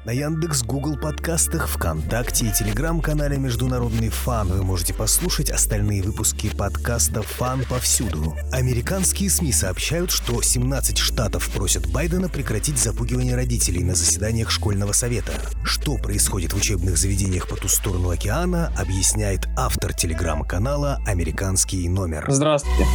На Яндекс, Google подкастах, ВКонтакте и Телеграм-канале «Международный фан» вы можете послушать остальные выпуски подкаста «Фан повсюду». Американские СМИ сообщают, что 17 штатов просят Байдена прекратить запугивание родителей на заседаниях школьного совета. Что происходит в учебных заведениях по ту сторону океана, объясняет автор телеграм-канала «Американский номер». Здравствуйте.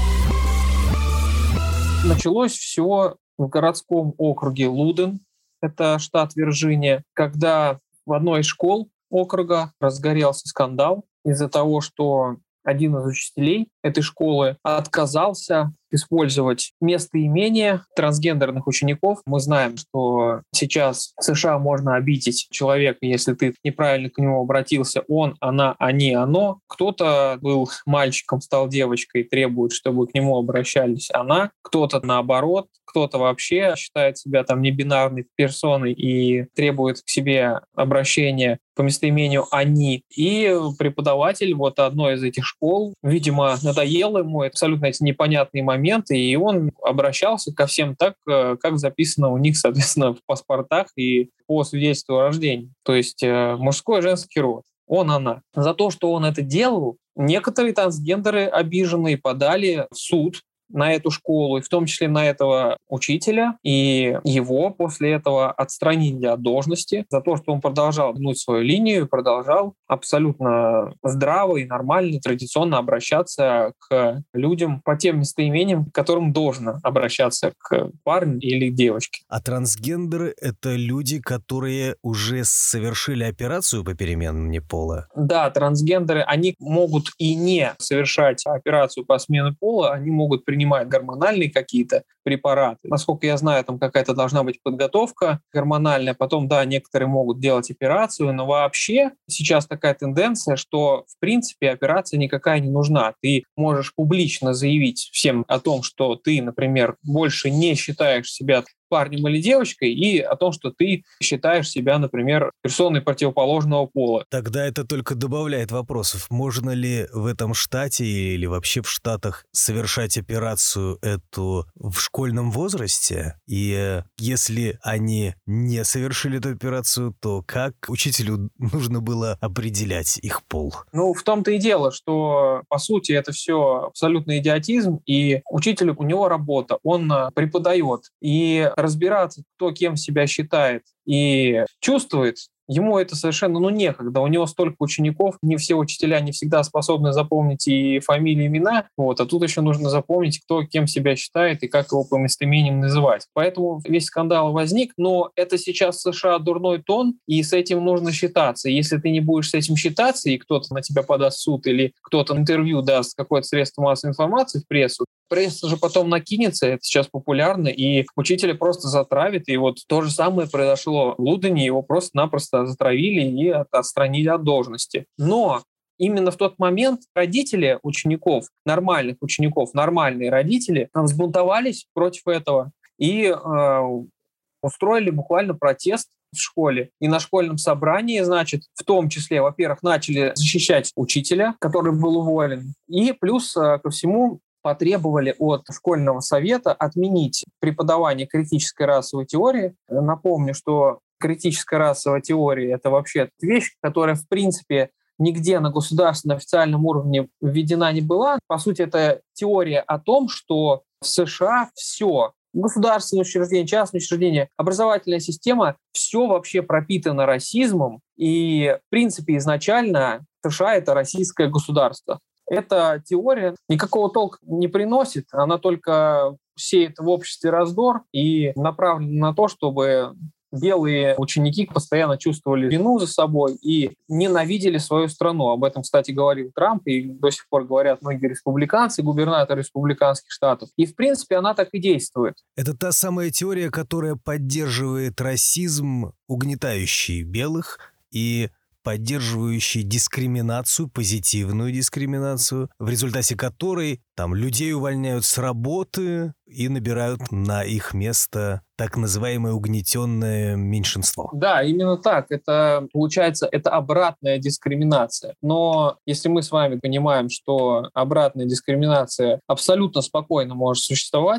Началось все в городском округе Луден, это штат Вирджиния, когда в одной из школ округа разгорелся скандал из-за того, что один из учителей этой школы отказался использовать местоимение трансгендерных учеников. Мы знаем, что сейчас в США можно обидеть человека, если ты неправильно к нему обратился. Он, она, они, оно. Кто-то был мальчиком, стал девочкой, требует, чтобы к нему обращались она. Кто-то наоборот. Кто-то вообще считает себя там небинарной персоной и требует к себе обращения по местоимению «они». И преподаватель вот одной из этих школ, видимо, надоело ему абсолютно эти непонятные моменты, и он обращался ко всем так, как записано у них, соответственно, в паспортах и по свидетельству о рождении. То есть мужской и женский род. Он, она. За то, что он это делал, некоторые трансгендеры обиженные подали в суд на эту школу, и в том числе на этого учителя, и его после этого отстранили от должности за то, что он продолжал гнуть свою линию, продолжал абсолютно здраво и нормально, традиционно обращаться к людям по тем местоимениям, к которым должно обращаться к парню или девочке. А трансгендеры — это люди, которые уже совершили операцию по перемене пола? Да, трансгендеры, они могут и не совершать операцию по смене пола, они могут принимать гормональные какие-то препараты. Насколько я знаю, там какая-то должна быть подготовка гормональная. Потом, да, некоторые могут делать операцию, но вообще сейчас такая тенденция, что, в принципе, операция никакая не нужна. Ты можешь публично заявить всем о том, что ты, например, больше не считаешь себя парнем или девочкой, и о том, что ты считаешь себя, например, персоной противоположного пола. Тогда это только добавляет вопросов. Можно ли в этом штате или вообще в штатах совершать операцию эту в школьном возрасте? И если они не совершили эту операцию, то как учителю нужно было определять их пол? Ну, в том-то и дело, что, по сути, это все абсолютный идиотизм, и учитель, у него работа, он преподает, и разбираться, кто кем себя считает и чувствует, ему это совершенно некогда. У него столько учеников, не все учителя не всегда способны запомнить и фамилии, имена, а тут еще нужно запомнить, кто кем себя считает и как его по местоимениям называть. Поэтому весь скандал возник, но это сейчас в США дурной тон, и с этим нужно считаться. Если ты не будешь с этим считаться, и кто-то на тебя подаст в суд или кто-то интервью даст какое-то средство массовой информации в прессу, пресса же потом накинется, это сейчас популярно, и учителя просто затравит. И вот то же самое произошло в Лудене, его просто-напросто затравили и отстранили от должности. Но именно в тот момент родители учеников, нормальных учеников, нормальные родители, взбунтовались против этого и устроили буквально протест в школе. И на школьном собрании, значит, в том числе, во-первых, начали защищать учителя, который был уволен, и плюс ко всему потребовали от школьного совета отменить преподавание критической расовой теории. Напомню, что критическая расовая теория — это вообще вещь, которая, в принципе, нигде на государственном официальном уровне введена не была. По сути, это теория о том, что в США все — государственные учреждения, частные учреждения, образовательная система — все вообще пропитано расизмом. И, в принципе, изначально США — это российское государство. Эта теория никакого толка не приносит, она только сеет в обществе раздор и направлена на то, чтобы белые ученики постоянно чувствовали вину за собой и ненавидели свою страну. Об этом, кстати, говорил Трамп, и до сих пор говорят многие республиканцы, губернаторы республиканских штатов. И, в принципе, она так и действует. Это та самая теория, которая поддерживает расизм, угнетающий белых, и поддерживающий дискриминацию, позитивную дискриминацию, в результате которой там людей увольняют с работы и набирают на их место так называемое угнетенное меньшинство. Да, именно так. Это, получается, это обратная дискриминация. Но если мы с вами понимаем, что обратная дискриминация абсолютно спокойно может существовать,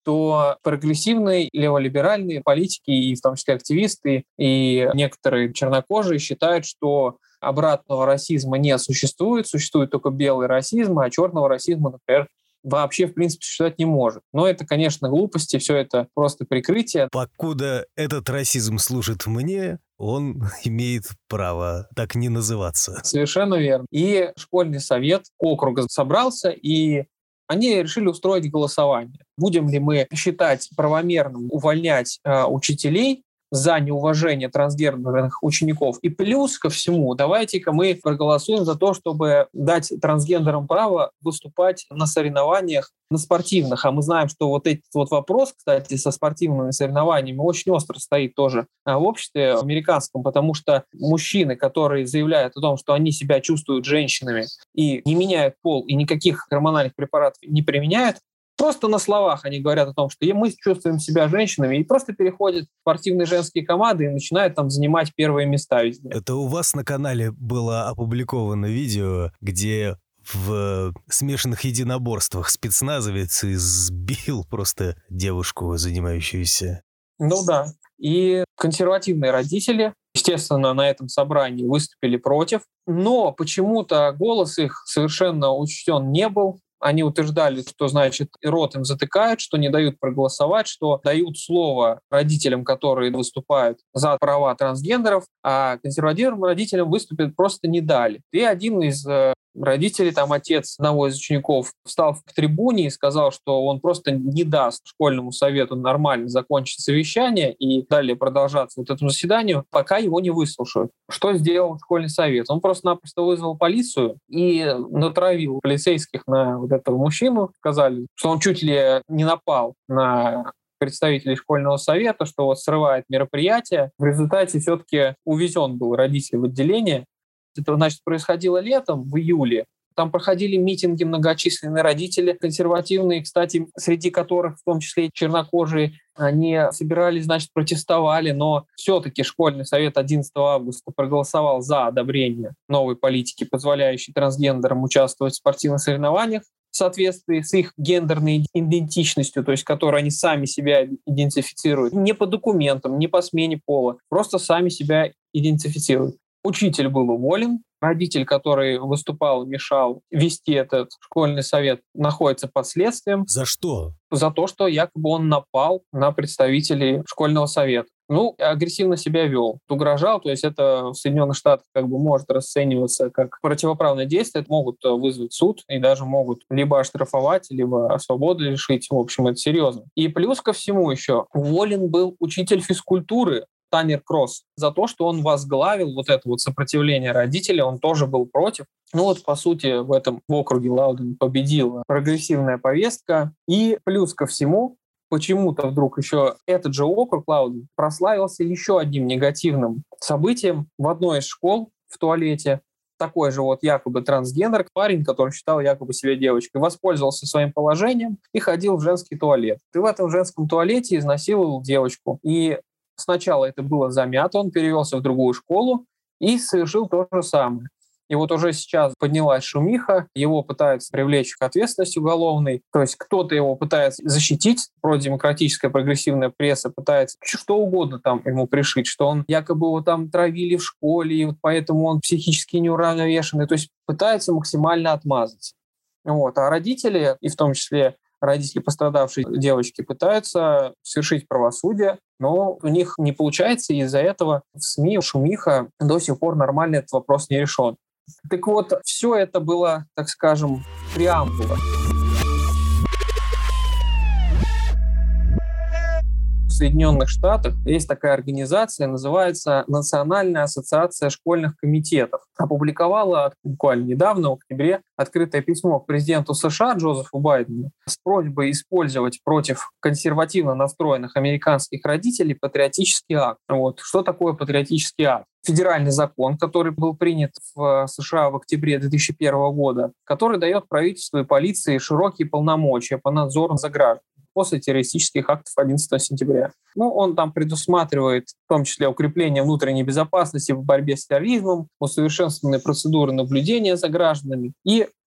то прогрессивные леволиберальные политики, и в том числе активисты, и некоторые чернокожие считают, что обратного расизма не существует, существует только белый расизм, а черного расизма, например, вообще, в принципе, существовать не может. Но это, конечно, глупости, все это просто прикрытие. Покуда этот расизм служит мне, он имеет право так не называться. Совершенно верно. И школьный совет округа собрался, и они решили устроить голосование. Будем ли мы считать правомерным увольнять учителей за неуважение трансгендерных учеников? И плюс ко всему, давайте-ка мы проголосуем за то, чтобы дать трансгендерам право выступать на соревнованиях, на спортивных. А мы знаем, что вот этот вот вопрос, кстати, со спортивными соревнованиями очень остро стоит тоже в обществе американском, потому что мужчины, которые заявляют о том, что они себя чувствуют женщинами и не меняют пол, и никаких гормональных препаратов не применяют, просто на словах они говорят о том, что мы чувствуем себя женщинами, и просто переходят в спортивные женские команды и начинают там занимать первые места везде. Это у вас на канале было опубликовано видео, где в смешанных единоборствах спецназовец избил просто девушку, занимающуюся. Ну да. И консервативные родители, естественно, на этом собрании выступили против, но почему-то голос их совершенно учтен не был. Они утверждали, что, значит, рот им затыкают, что не дают проголосовать, что дают слово родителям, которые выступают за права трансгендеров, а консервативным родителям выступить просто не дали. И один из родителей, там отец одного из учеников, встал в трибуне и сказал, что он просто не даст школьному совету нормально закончить совещание и далее продолжаться вот этому заседанию, пока его не выслушают. Что сделал школьный совет? Он просто-напросто вызвал полицию и натравил полицейских на вот этого мужчину. Сказали, что он чуть ли не напал на представителей школьного совета, что вот срывает мероприятие. В результате все-таки увезен был родитель в отделение. Это, значит, происходило летом, в июле. Там проходили митинги, многочисленные родители консервативные, кстати, среди которых в том числе и чернокожие, они собирались, значит, протестовали, но все-таки школьный совет 11 августа проголосовал за одобрение новой политики, позволяющей трансгендерам участвовать в спортивных соревнованиях в соответствии с их гендерной идентичностью, то есть которой они сами себя идентифицируют. Не по документам, не по смене пола, просто сами себя идентифицируют. Учитель был уволен, родитель, который выступал, мешал вести этот школьный совет, находится под следствием. За что? За то, что якобы он напал на представителей школьного совета. Агрессивно себя вел, угрожал, то есть это в Соединенных Штатах может расцениваться как противоправное действие, это могут вызвать суд и даже могут либо оштрафовать, либо свободы лишить. В общем, это серьезно. И плюс ко всему еще уволен был учитель физкультуры Танер Кросс за то, что он возглавил вот это вот сопротивление родителей, он тоже был против. По сути, в округе Лауден победила прогрессивная повестка. И плюс ко всему, почему-то вдруг еще этот же округ Лауден прославился еще одним негативным событием. В одной из школ в туалете такой же якобы трансгендер, парень, который считал якобы себя девочкой, воспользовался своим положением и ходил в женский туалет. И в этом женском туалете изнасиловал девочку. И сначала это было замято, он перевелся в другую школу и совершил то же самое. И вот уже сейчас поднялась шумиха, его пытаются привлечь к ответственности уголовной, то есть кто-то его пытается защитить, продемократическая прогрессивная пресса пытается что угодно там ему пришить, что он якобы его там травили в школе, и поэтому он психически неуравновешенный, то есть пытается максимально отмазать. А родители, и в том числе родители пострадавшей девочки, пытаются совершить правосудие, но у них не получается, и из-за этого в СМИ шумиха, до сих пор нормально этот вопрос не решен. Так вот, все это было, так скажем, преамбула. В Соединенных Штатах есть такая организация, называется Национальная ассоциация школьных комитетов. Опубликовала буквально недавно, в октябре, открытое письмо к президенту США Джозефу Байдену с просьбой использовать против консервативно настроенных американских родителей патриотический акт. Что такое патриотический акт? Федеральный закон, который был принят в США в октябре 2001 года, который дает правительству и полиции широкие полномочия по надзору за гражданами после террористических актов 11 сентября. Он там предусматривает в том числе укрепление внутренней безопасности в борьбе с терроризмом, усовершенствованные процедуры наблюдения за гражданами и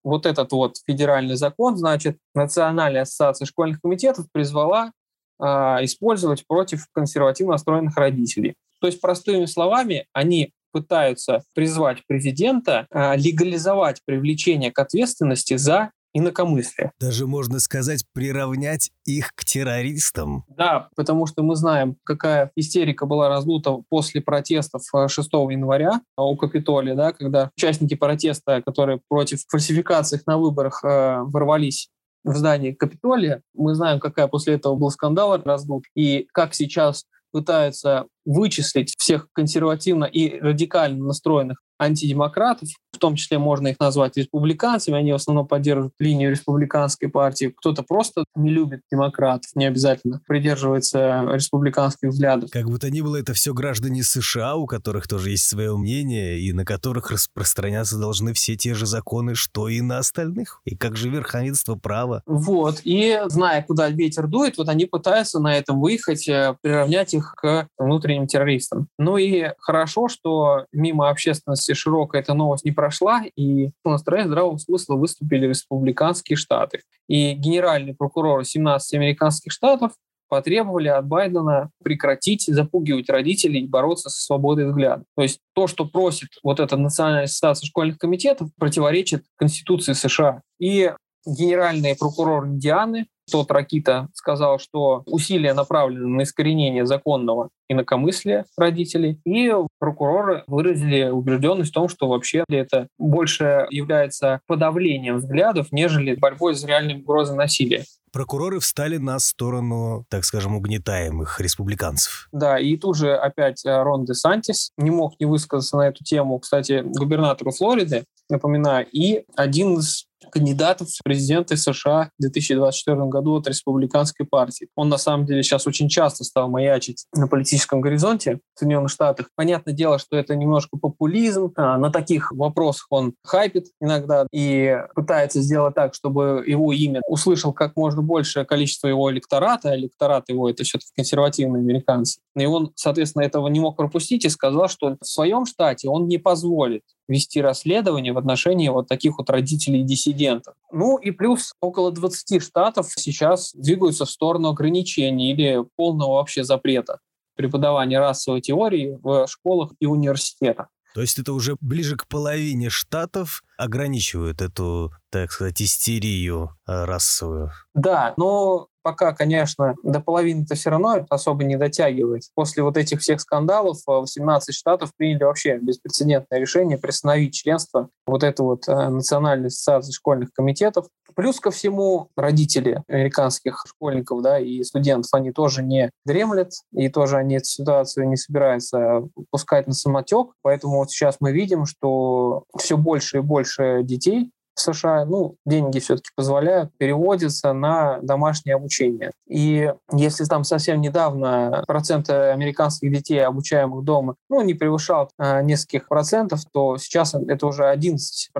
вот этот вот федеральный закон, значит, Национальная ассоциация школьных комитетов призвала использовать против консервативно настроенных родителей. То есть, простыми словами, они пытаются призвать президента легализовать привлечение к ответственности за инакомыслие. Даже, можно сказать, приравнять их к террористам. Да, потому что мы знаем, какая истерика была раздута после протестов 6 января у Капитолия, да, когда участники протеста, которые против фальсификаций на выборах ворвались в здание Капитолия, мы знаем, какая после этого был скандал раздут, и как сейчас пытаются вычислить всех консервативно и радикально настроенных антидемократов, в том числе можно их назвать республиканцами, они в основном поддерживают линию республиканской партии, кто-то просто не любит демократов, не обязательно придерживается республиканских взглядов. Как бы то ни было, это все граждане США, у которых тоже есть свое мнение, и на которых распространяться должны все те же законы, что и на остальных. И как же верховенство права. Вот, и зная, куда ветер дует, вот они пытаются на этом выехать, приравнять их к внутренним террористам. Ну и хорошо, что мимо общественности широкой эта новость не прошла, и на стороне здравого смысла выступили республиканские штаты. И генеральные прокуроры 17 американских штатов потребовали от Байдена прекратить запугивать родителей и бороться со свободой взгляда. То есть то, что просит вот эта Национальная ассоциация школьных комитетов, противоречит Конституции США. И генеральный прокурор Индианы Тодд Рокита сказал, что усилия направлены на искоренение законного инакомыслия родителей, и прокуроры выразили убежденность в том, что вообще это больше является подавлением взглядов, нежели борьбой с реальной угрозой насилия. Прокуроры встали на сторону, так скажем, угнетаемых республиканцев. Да, и тут же опять Рон Десантис не мог не высказаться на эту тему, кстати, губернатору Флориды, напоминаю, и один из кандидатов в президенты США в 2024 году от республиканской партии. Он, на самом деле, сейчас очень часто стал маячить на политическом горизонте в Соединенных Штатах. Понятное дело, что это немножко популизм. На таких вопросах он хайпит иногда и пытается сделать так, чтобы его имя услышал как можно большее количество его электората. Электорат его — это все-таки консервативные американцы. И он, соответственно, этого не мог пропустить и сказал, что в своем штате он не позволит вести расследование в отношении вот таких вот родителей и диссидентов. Ну и плюс около 20 штатов сейчас двигаются в сторону ограничений или полного вообще запрета преподавания расовой теории в школах и университетах. То есть это уже ближе к половине штатов ограничивают эту, так сказать, истерию расовую. Да, но пока, конечно, до половины-то все равно особо не дотягивает. После вот этих всех скандалов 18 штатов приняли вообще беспрецедентное решение приостановить членство вот этой вот Национальной ассоциации школьных комитетов. Плюс ко всему родители американских школьников, да, и студентов, они тоже не дремлят, и тоже они эту ситуацию не собираются пускать на самотек. Поэтому вот сейчас мы видим, что все больше и больше детей в США, деньги все-таки позволяют, переводятся на домашнее обучение. И если там совсем недавно процент американских детей, обучаемых дома, не превышал нескольких процентов, то сейчас это уже 11%.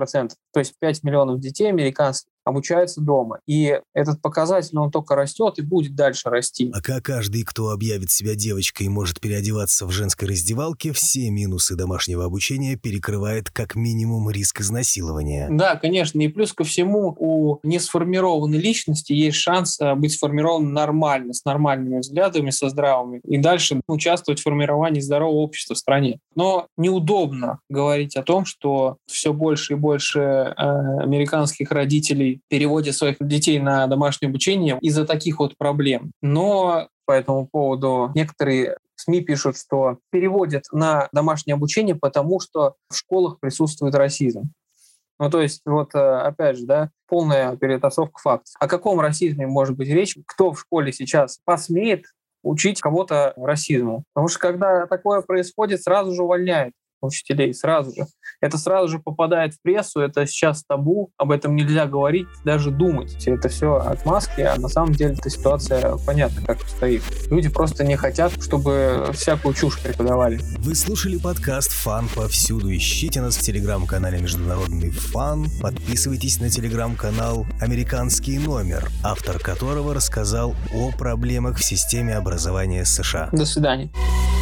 То есть 5 миллионов детей американских обучаются дома. И этот показатель, он только растет и будет дальше расти. Пока каждый, кто объявит себя девочкой, может переодеваться в женской раздевалке, все минусы домашнего обучения перекрывает как минимум риск изнасилования. Да, конечно. И плюс ко всему у несформированной личности есть шанс быть сформированным нормально, с нормальными взглядами, со здравыми, и дальше участвовать в формировании здорового общества в стране. Но неудобно говорить о том, что все больше и больше американских родителей переводят своих детей на домашнее обучение из-за таких вот проблем. Но по этому поводу некоторые СМИ пишут, что переводят на домашнее обучение, потому что в школах присутствует расизм. То есть, опять же, да, полная перетасовка фактов. О каком расизме может быть речь? Кто в школе сейчас посмеет учить кого-то расизму? Потому что когда такое происходит, сразу же увольняют учителей, сразу же. Это сразу же попадает в прессу, это сейчас табу, об этом нельзя говорить, даже думать. Это все отмазки, а на самом деле эта ситуация понятна, как стоит. Люди просто не хотят, чтобы всякую чушь преподавали. Вы слушали подкаст «Фан повсюду». Ищите нас в телеграм-канале «Международный фан». Подписывайтесь на телеграм-канал «Американский номер», автор которого рассказал о проблемах в системе образования США. До свидания.